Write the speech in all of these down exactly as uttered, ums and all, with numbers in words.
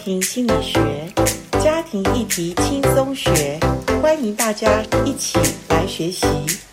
庭心理学，家庭议题轻松学，欢迎大家一起来学习。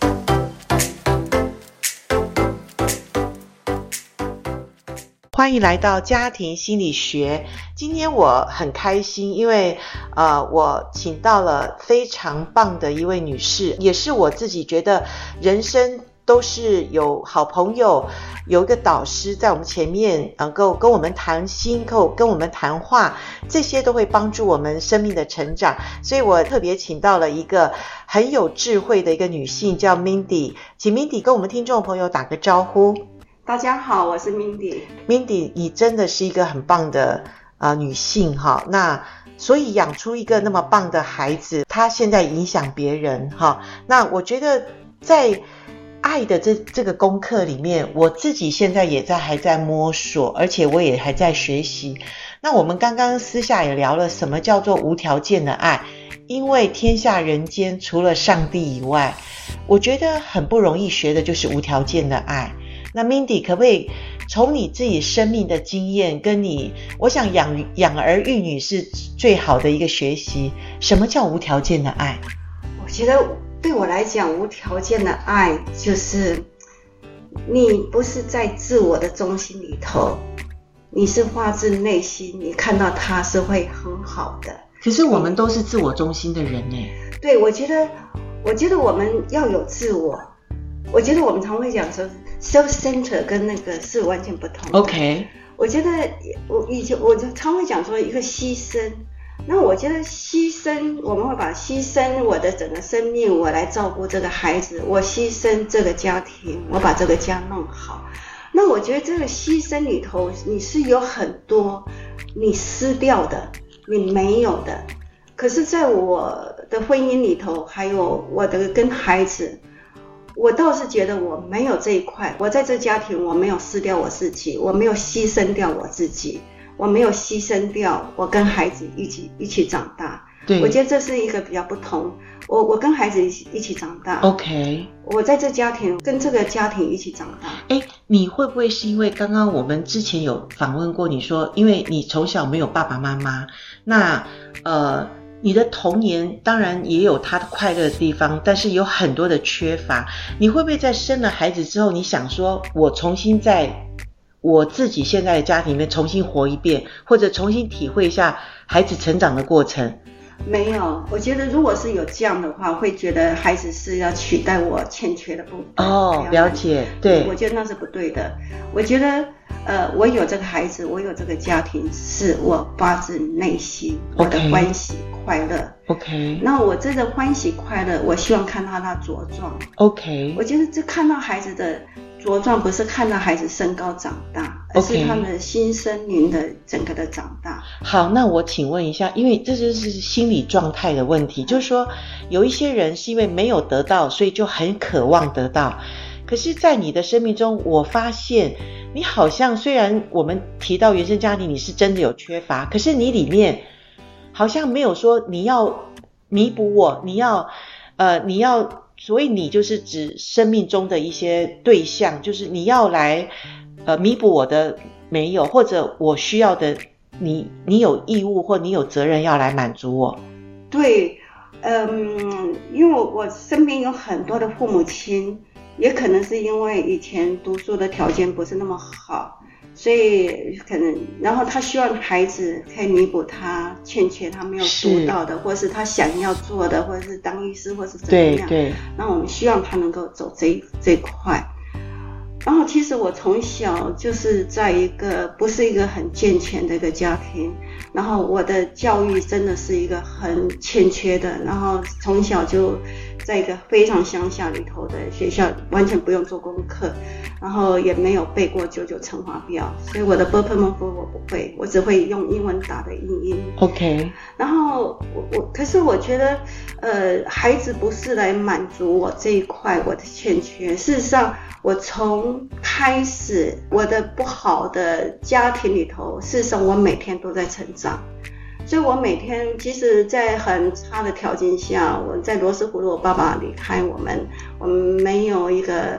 欢迎来到家庭心理学。今天我很开心，因为呃，我请到了非常棒的一位女士，也是我自己觉得人生都是有好朋友，有一个导师在我们前面能够跟我们谈心，跟我们谈话，这些都会帮助我们生命的成长。所以我特别请到了一个很有智慧的一个女性，叫 Mindy。 请 Mindy 跟我们听众朋友打个招呼。 大家好，我是 Mindy。 Mindy 你真的是一个很棒的呃女性哈，那所以养出一个那么棒的孩子，她现在影响别人哈。那我觉得在爱的这这个功课里面，我自己现在也在还在摸索，而且我也还在学习。那我们刚刚私下也聊了什么叫做无条件的爱，因为天下人间除了上帝以外，我觉得很不容易学的就是无条件的爱。那 Mindy 可不可以从你自己生命的经验跟你，我想养养儿育女是最好的一个学习，什么叫无条件的爱？ 我觉得对我来讲，无条件的爱就是你不是在自我的中心里头，你是发自内心，你看到他是会很好的。 可是我们都是自我中心的人耶。 对，我觉得我觉得我们要有自我，我觉得我们常会讲说 self-center 跟那个是完全不同的。 OK， 我觉得我以前我常会讲说一个牺牲，那我觉得牺牲，我们会把牺牲我的整个生命，我来照顾这个孩子，我牺牲这个家庭，我把这个家弄好。那我觉得这个牺牲里头，你是有很多你失掉的，你没有的。可是在我的婚姻里头，还有我的跟孩子，我倒是觉得我没有这一块。我在这家庭，我没有失掉我自己，我没有牺牲掉我自己，我没有牺牲掉我跟孩子一起一起长大。对，我觉得这是一个比较不同。我我跟孩子一起一起长大。OK， 我在这家庭跟这个家庭一起长大。 哎，你会不会是因为刚刚我们之前有访问过你说，因为你从小没有爸爸妈妈，那呃。你的童年当然也有他的快乐的地方，但是有很多的缺乏。你会不会在生了孩子之后，你想说我重新在我自己现在的家庭里面重新活一遍，或者重新体会一下孩子成长的过程？ 没有，我觉得如果是有这样的话，会觉得孩子是要取代我欠缺的部分。 哦，了解，对， 我觉得那是不对的。我觉得呃，我有这个孩子，我有这个家庭，是我发自内心我的欢喜快乐。OK， 那我这个欢喜快乐，我希望看到他茁壮。OK， 我觉得这看到孩子的茁壮，不是看到孩子身高长大，而是他们的心身灵的整个的长大。 好，那我请问一下，因为这就是心理状态的问题，就是说有一些人是因为没有得到，所以就很渴望得到。可是在你的生命中，我发现你好像虽然我们提到原生家庭你是真的有缺乏，可是你里面好像没有说你要弥补我，你要呃你要，所以你就是指生命中的一些对象，就是你要来呃弥补我的没有，或者我需要的，你你有义务或你有责任要来满足我。 对，嗯，因为我我身边有很多的父母亲，也可能是因为以前读书的条件不是那么好，所以可能然后他希望孩子可以弥补他欠缺他没有读到的，或是他想要做的，或者是当医师或是怎么样。对对，那我们希望他能够走这一这一块。然后其实我从小就是在一个不是一个很健全的一个家庭，然后我的教育真的是一个很欠缺的，然后从小就在一个非常乡下里头的学校，完全不用做功课，然后也没有背过九九乘法表，所以我的 b p m f 我不会，我只会用英文打的英音。OK， 然后我我可是我觉得呃孩子不是来满足我这一块我的欠缺，事实上我从开始我的不好的家庭里头，事实上我每天都在成长。所以我每天其实在很差的条件下，我在罗斯福路，我爸爸离开我们，我们没有一个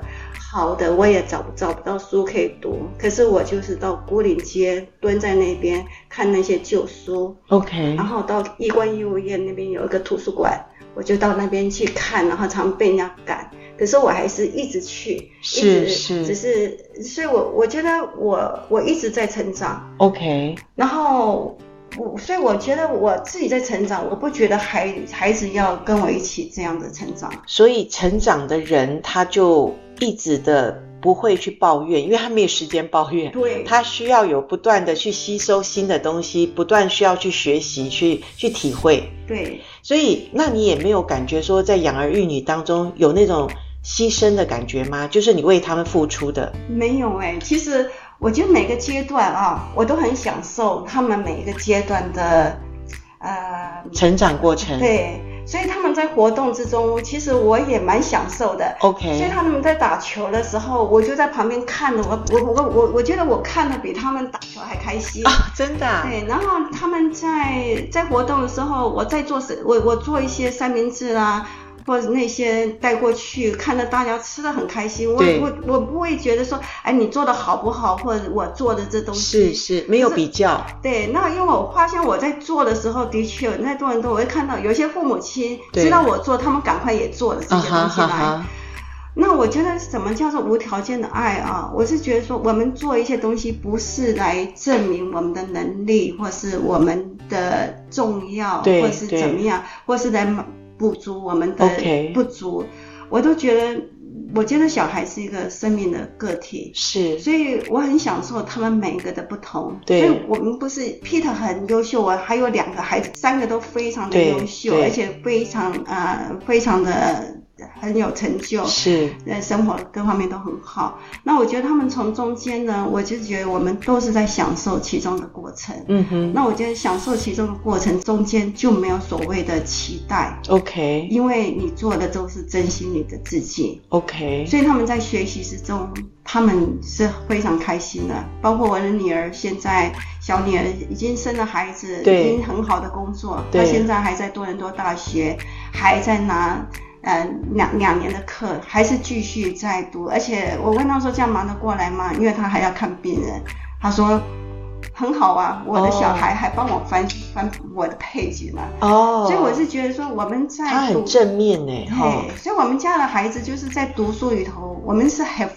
好的，我也找找不到书可以读，可是我就是到牯岭街蹲在那边看那些旧书 OK， 然后到义官义务院那边有一个图书馆，我就到那边去看，然后常被人家赶，可是我还是一直去， 是一直是只是，所以我我觉得我我一直在成长 OK， 然后我所以我觉得我自己在成长，我不觉得孩孩子要跟我一起这样的成长。 所以成长的人他就一直的不会去抱怨，因为他没有时间抱怨， 对， 他需要有不断的去吸收新的东西，不断需要去学习，去去体会。 对， 所以那你也没有感觉说在养儿育女当中有那种牺牲的感觉吗？就是你为他们付出的。 没有哎、欸，其实我觉得每个阶段啊，我都很享受他们每一个阶段的呃成长过程。 对，所以他们在活动之中，其实我也蛮享受的。 OK， 所以他们在打球的时候，我就在旁边看了，我我我我我觉得我看的比他们打球还开心啊，真的、啊。 对，然后他们在在活动的时候，我在做我我做一些三明治啦。或者那些带过去，看着大家吃的很开心，我我我不会觉得说，哎，你做的好不好，或者我做的这东西是是没有比较。 对，那因为我发现我在做的时候，的确有太多人都我会看到，有些父母亲知道我做，他们赶快也做了这些东西来。Uh-huh, uh-huh. 那我觉得什么叫做无条件的爱啊？我是觉得说，我们做一些东西不是来证明我们的能力，或是我们的重要，或是怎么样，或是来补足我们的不足， okay. 我都觉得，我觉得小孩是一个生命的个体， 是， 所以我很享受他们每一个的不同。 对， 所以我们不是 Peter 很优秀，我还有两个孩子，三个都非常的优秀，而且非常呃非常的很有成就， 是， 呃，生活各方面都很好。那我觉得他们从中间呢，我就觉得我们都是在享受其中的过程。 嗯哼。 那我觉得享受其中的过程中间就没有所谓的期待。 OK。 因为你做的都是真心你的自己。 OK。 所以他们在学习之中，他们是非常开心的。包括我的女儿，现在小女儿已经生了孩子，已经很好的工作，她现在还在多伦多大学，还在拿。呃，两两年的课还是继续在读，而且我问他说这样忙得过来吗？因为他还要看病人。他说很好啊，我的小孩还帮我翻、oh. 翻我的page呢。哦、oh. ，所以我是觉得说我们在读他很正面呢。 对、oh. 所以我们家的孩子就是在读书里头，我们是 have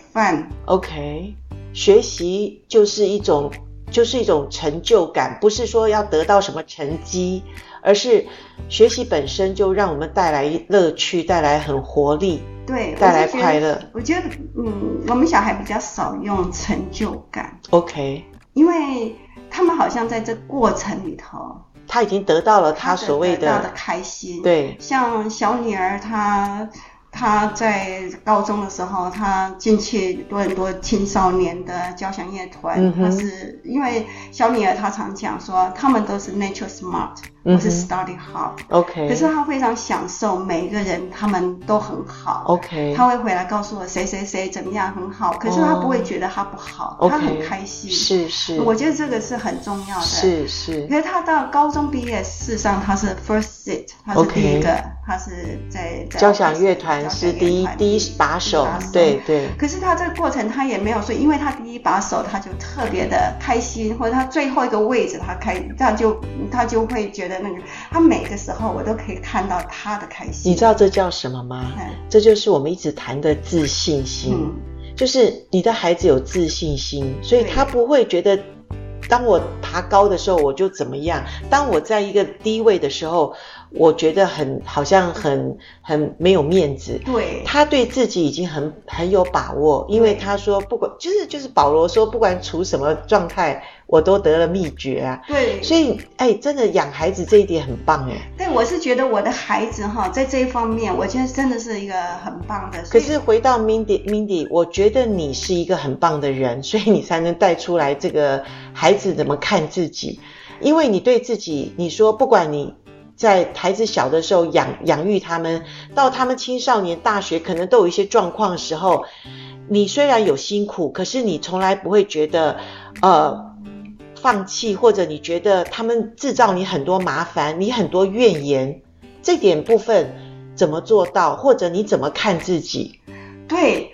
fun。OK， 学习就是一种就是一种成就感，不是说要得到什么成绩。而是学习本身就让我们带来乐趣，带来很活力， 对， 带来快乐。 我觉得，嗯，我们小孩比较少用成就感 ，OK， 因为他们好像在这过程里头， 他已经得到了他所谓的得到的开心。 对， 像小女儿她。他在高中的时候，他进去多很多青少年的交响乐团。嗯、他是因为小女儿，她常讲说，他们都是 nature smart，我、嗯、是 study hard。OK。可是他非常享受每一个人，他们都很好。OK。他会回来告诉我谁谁谁怎么样很好，可是他不会觉得他不好， oh. 他很开心。是是。我觉得这个是很重要的。是是。可是他到高中毕业，事实上他是 first seat， 他是第一个， okay. 他是在在交响乐团。是第一第一把手，对对。 可是他这个过程他也没有说，因为他第一把手他就特别的开心，或者他最后一个位置他开，他就他就会觉得那个，他每个时候我都可以看到他的开心。 你知道这叫什么吗？嗯、这就是我们一直谈的自信心、嗯，就是你的孩子有自信心，所以他不会觉得当我爬高的时候我就怎么样，当我在一个低位的时候我觉得很好像很很没有面子。对，他对自己已经很很有把握，因为他说不管就是就是保罗说不管处什么状态我都得了秘诀啊。对，所以哎，真的养孩子这一点很棒哎。 对，我是觉得我的孩子哈，在这一方面我觉得真的是一个很棒的。 可是回到 Mindy Mindy， 我觉得你是一个很棒的人，所以你才能带出来这个孩子怎么看自己，因为你对自己，你说不管你在孩子小的时候养养育他们，到他们青少年大学可能都有一些状况的时候，你虽然有辛苦，可是你从来不会觉得呃放弃，或者你觉得他们制造你很多麻烦，你很多怨言，这点部分怎么做到，或者你怎么看自己？ 对，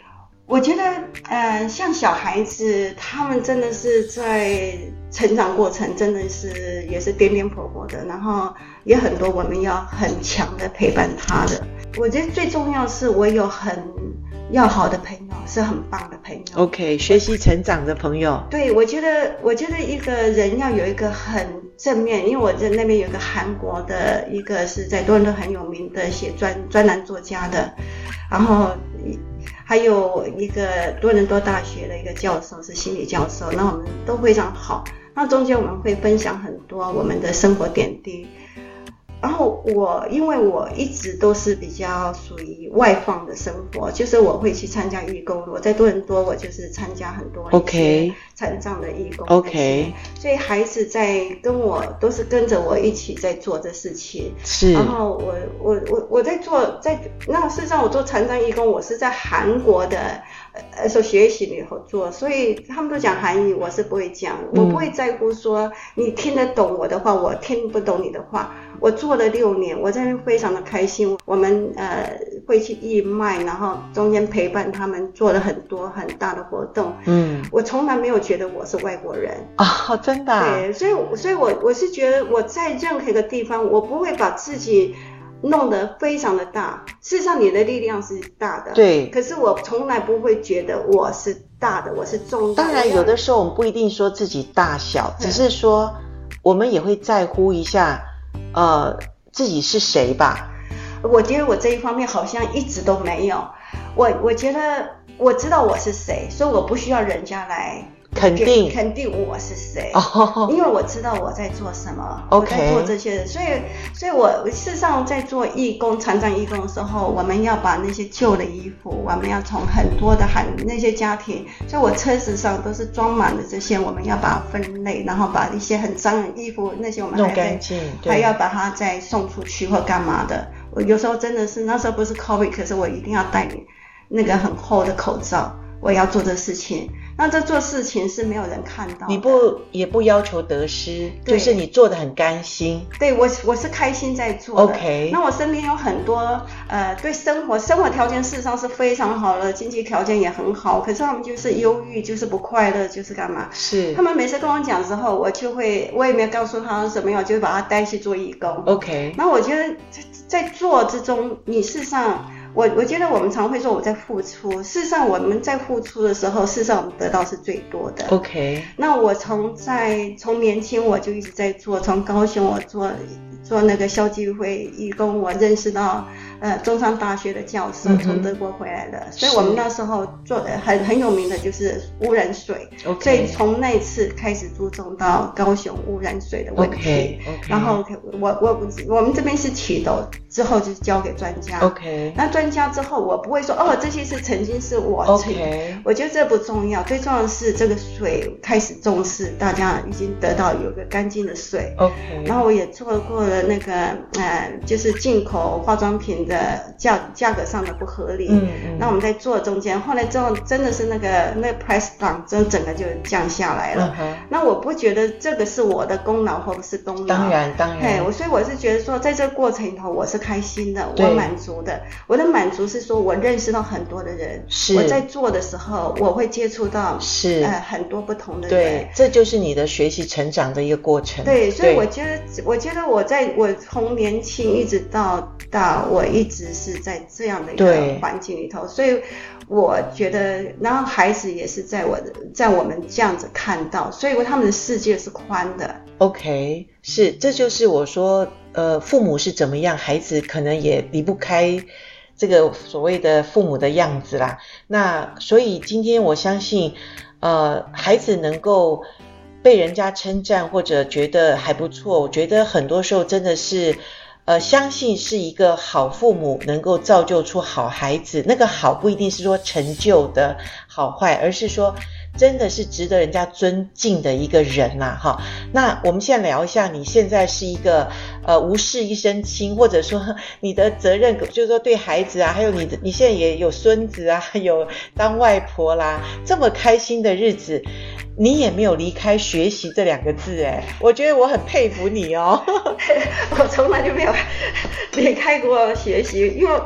我觉得，呃，像小孩子，他们真的是在成长过程，真的是也是颠颠簸簸的，然后也很多我们要很强的陪伴他的。我觉得最重要是我有很要好的朋友，是很棒的朋友。 OK， 学习成长的朋友。 对，我觉得，我觉得一个人要有一个很正面，因为我在那边有一个韩国的一个是在多伦多很有名的写专专栏作家的，然后还有一个多伦多大学的一个教授是心理教授，那我们都非常好。那中间我们会分享很多我们的生活点滴。然后我因为我一直都是比较属于外放的生活，就是我会去参加义工，我在多伦多我就是参加很多一些残障的义工 OK， 所以孩子在跟我都是跟着我一起在做这事情。 是， 然后我我我我在做在那事实上我做残障义工，我是在韩国的呃所学习里头做，所以他们都讲韩语，我是不会讲，我不会在乎说你听得懂我的话，我听不懂你的话。我做了六年，我在那边非常的开心。我们呃会去义卖，然后中间陪伴他们做了很多很大的活动。嗯，我从来没有觉得我是外国人啊、哦，真的、啊。 对，所以所以我我是觉得我在任何一个地方，我不会把自己弄得非常的大。事实上，你的力量是大的， 对。 可是我从来不会觉得我是大的，我是重大的。 当然，有的时候我们不一定说自己大小，只是说我们也会在乎一下。呃，自己是谁吧？ 我觉得我这一方面好像一直都没有。我我觉得我知道我是谁，所以我不需要人家来肯定肯定我是谁， 哦， 因为我知道我在做什么。 OK， 我在做这些，所以所以我事实上在做义工、残障义工的时候，我们要把那些旧的衣服，我们要从很多的韩那些家庭，所以我车子上都是装满了这些，我们要把它分类，然后把一些很脏的衣服那些我们还弄干净， 还要把它再送出去或干嘛的。我有时候真的是那时候不是 COVID， 可是我一定要戴那个很厚的口罩，我要做这事情。那这做事情是没有人看到的， 你不也不要求得失，就是你做得很甘心。 对，我我是开心在做的。 OK， 那我身边有很多呃，对生活生活条件事实上是非常好的，经济条件也很好，可是他们就是忧郁，就是不快乐，就是干嘛？ 是。 他们每次跟我讲之后，我就会我也没有告诉他什么样，我就把他带去做义工。 OK。 那我觉得在做之中，你事实上。我我觉得我们常会说我在付出，事实上我们在付出的时候，事实上我们得到是最多的。 OK。 那我从在从年轻我就一直在做，从高雄我做做那个校际会义工，我认识到呃中山大学的教授从德国回来的，嗯、所以我们那时候做的很很有名的就是污染水。 OK。 所以从那次开始注重到高雄污染水的问题。 OK。 然后我我我们这边是起头，之后就是交给专家。 OK。 那专家之后，我不会说哦，这些是曾经是我。 OK。 我觉得这不重要，最重要的是这个水开始重视，大家已经得到有个干净的水。 OK。 然后我也做过了那个呃，就是进口化妆品的价价格上的不合理。嗯嗯。那我们在做中间，后来之后真的是那个那个 price down， 真整个就降下来了。嗯、那我不觉得这个是我的功劳或不是功劳。 当然当然。 嘿，我所以我是觉得说，在这个过程里头，我是开心的，我满足的。我的满足是说我认识到很多的人，是我在做的时候，我会接触到是呃很多不同的人。 对，这就是你的学习成长的一个过程。 对，所以我觉得，我觉得我在我从年轻一直到大，我一直是在这样的一个环境里头，所以我觉得，然后孩子也是在我的，在我们这样子看到，所以他们的世界是宽的。 OK， 是，这就是我说，呃，父母是怎么样，孩子可能也离不开这个所谓的父母的样子啦。那所以今天我相信，呃，孩子能够被人家称赞或者觉得还不错，我觉得很多时候真的是呃，相信是一个好父母能够造就出好孩子。那个好不一定是说成就的好坏，而是说真的是值得人家尊敬的一个人啦、啊、哈。那我们现在聊一下，你现在是一个呃无事一身轻，或者说你的责任就是说对孩子啊，还有你的你现在也有孙子啊，有当外婆啦，这么开心的日子，你也没有离开学习这两个字，哎，我觉得我很佩服你哦。 我从来就没有离开过学习，因为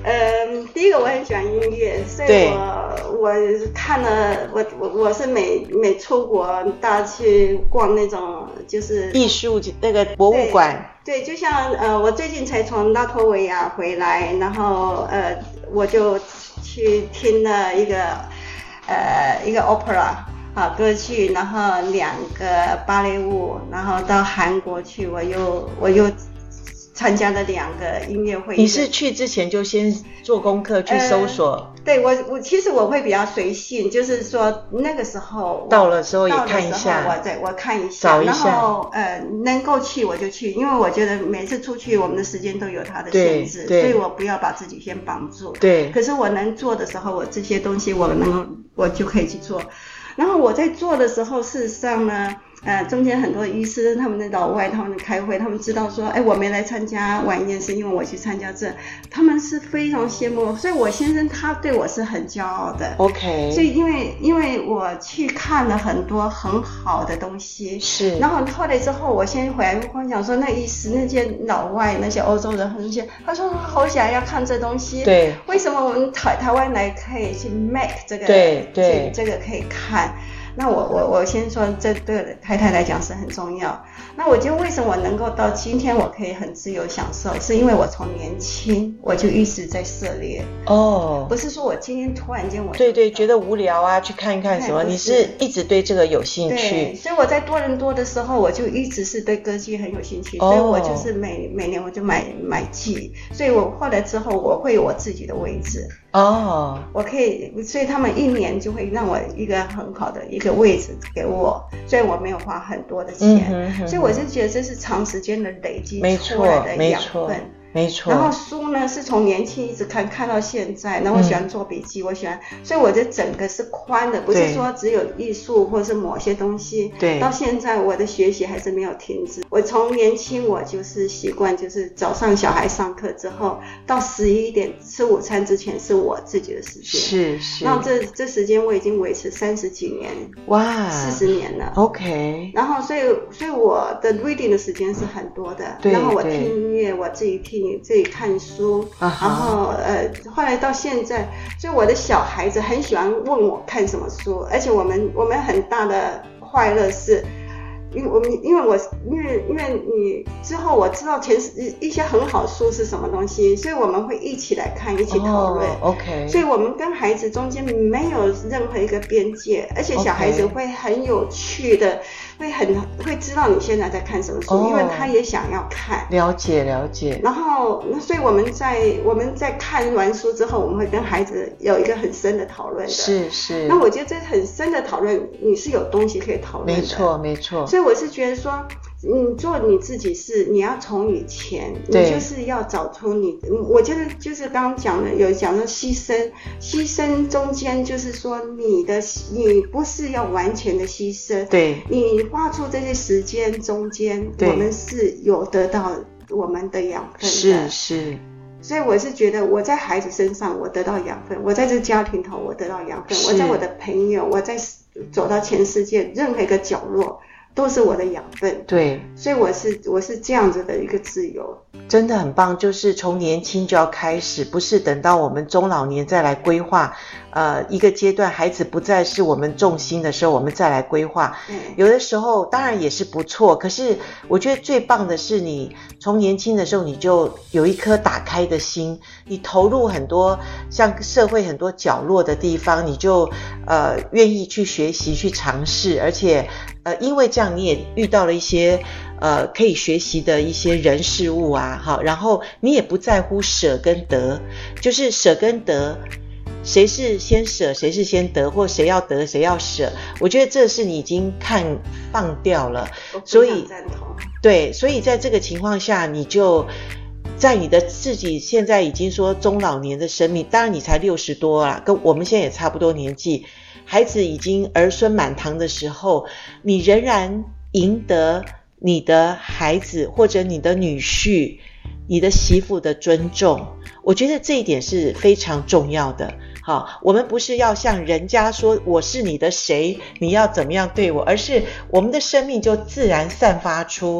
嗯，第一个我很喜欢音乐，所以我我看了我我我是每每出国大家去逛那种就是艺术那个博物馆。 对，就像呃我最近才从拉脱维亚回来，然后呃我就去听了一个呃一个 opera 啊歌剧，然后两个芭蕾舞，然后到韩国去，我又我又参加了两个音乐会。 你是去之前就先做功课去搜索？呃、 对我我其实我会比较随性，就是说那个时候到了时候也看一下， 我再我看一下， 找一下， 然后呃能够去我就去，因为我觉得每次出去我们的时间都有它的限制，所以我不要把自己先绑住。 对。 可是我能做的时候，我这些东西我能我就可以去做。然后我在做的时候，事实上呢。呃，中间很多医师，他们的老外，他们开会，他们知道说，哎，我没来参加晚宴，是因为我去参加这，他们是非常羡慕，所以我先生他对我是很骄傲的。 OK。 所以因为因为我去看了很多很好的东西， 是。 然后后来之后，我先回来我想说，那医师那些老外那些欧洲人那些，他说好想要看这东西。 对。 为什么我们台台湾来可以去 make 这个？ 对对。 这个可以看。那我我我先说，这对太太来讲是很重要。那我觉得为什么我能够到今天我可以很自由享受，是因为我从年轻我就一直在涉猎。 哦， 不是说我今天突然间我对对觉得无聊啊去看一看什么，你是一直对这个有兴趣。 对，所以我在多伦多的时候我就一直是对歌剧很有兴趣，哦、所以我就是每每年我就买买剧，所以我后来之后我会有我自己的位置。 哦， 我可以，所以他们一年就会让我一个很好的一个位置给我，所以我没有花很多的钱，嗯哼哼哼，所以我是觉得这是长时间的累积出来的养分。 没错。 然后书呢是从年轻一直看看到现在，然后我喜欢做笔记，嗯、我喜欢，所以我的整个是宽的，不是说只有艺术或是某些东西。 对。 到现在我的学习还是没有停止。我从年轻我就是习惯，就是早上小孩上课之后到十一点吃午餐之前是我自己的时间。 是是。 然后这这时间我已经维持三十几年， 哇， 四十年了。 OK。 然后所以所以我的 reading 的时间是很多的， 对。 然后我听音乐，我自己听。你自己看书， uh-huh. 然后呃，后来到现在，所以我的小孩子很喜欢问我看什么书，而且我们我们很大的快乐是，因为我们因为我因为因为你之后我知道前一些很好书是什么东西，所以我们会一起来看，一起讨论。 Oh, OK。 所以我们跟孩子中间没有任何一个边界，而且小孩子会很有趣的。会很会知道你现在在看什么书， oh, 因为他也想要看。 了解了解。 然后，所以我们在我们在看完书之后，我们会跟孩子有一个很深的讨论的。 是是。 那我觉得这很深的讨论，你是有东西可以讨论的。 没错没错。 所以我是觉得说，你做你自己是你要从以前，你就是要找出你。我觉得就是刚刚讲的，有讲到牺牲，牺牲中间就是说你的你不是要完全的牺牲， 对， 你花出这些时间中间，我们是有得到我们的养分的。 是是。 所以我是觉得我在孩子身上我得到养分，我在这家庭头我得到养分，我在我的朋友，我在走到全世界任何一个角落都是我的养分。 对， 所以我是我是这样子的一个自由。 真的很棒，就是从年轻就要开始，不是等到我们中老年再来规划，呃，一个阶段孩子不再是我们重心的时候，我们再来规划。 嗯， 有的时候当然也是不错，可是我觉得最棒的是你从年轻的时候你就有一颗打开的心，你投入很多像社会很多角落的地方，你就呃愿意去学习去尝试，而且呃因为这样你也遇到了一些呃可以学习的一些人事物啊，好，然后你也不在乎舍跟得，就是舍跟得谁是先舍谁是先得，或谁要得谁要舍，我觉得这是你已经看放掉了。所以对，所以在这个情况下，你就在你的自己现在已经说中老年的生命，当然你才六十多啦，跟我们现在也差不多年纪，孩子已经儿孙满堂的时候，你仍然赢得你的孩子或者你的女婿你的媳妇的尊重，我觉得这一点是非常重要的。好，我们不是要向人家说我是你的谁，你要怎么样对我，而是我们的生命就自然散发出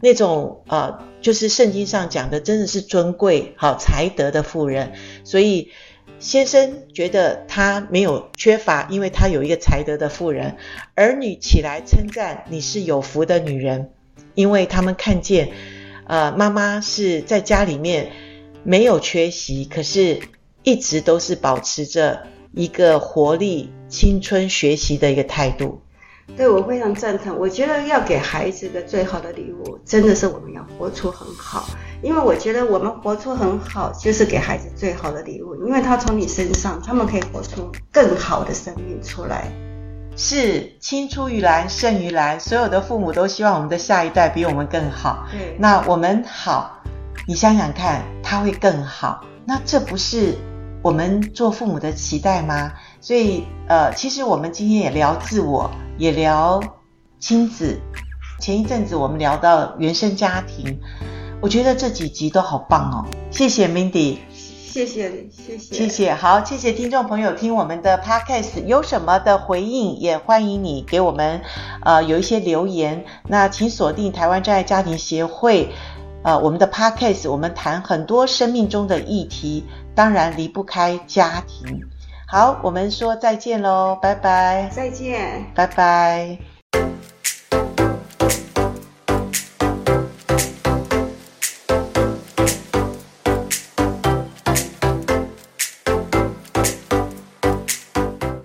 那种呃，就是圣经上讲的真的是尊贵好才德的妇人，所以先生觉得他没有缺乏，因为他有一个才德的妇人，儿女起来称赞你是有福的女人，因为他们看见呃，妈妈是在家里面没有缺席，可是一直都是保持着一个活力、青春、学习的一个态度。 对，我非常赞成。我觉得要给孩子的最好的礼物，真的是我们要活出很好。因为我觉得我们活出很好，就是给孩子最好的礼物。因为他从你身上，他们可以活出更好的生命出来。 是，青出于蓝胜于蓝，所有的父母都希望我们的下一代比我们更好。 对， 那我们好，你想想看，他会更好。那这不是我们做父母的期待吗？所以呃，其实我们今天也聊自我，也聊亲子。前一阵子我们聊到原生家庭，我觉得这几集都好棒哦。谢谢 Mindy。 谢谢谢谢谢谢，好，谢谢听众朋友听我们的 podcast， 有什么的回应也欢迎你给我们呃有一些留言。那请锁定台湾真爱家庭协会呃我们的 podcast， 我们谈很多生命中的议题，当然离不开家庭。好，我们说再见咯，拜拜。 再见， 拜拜。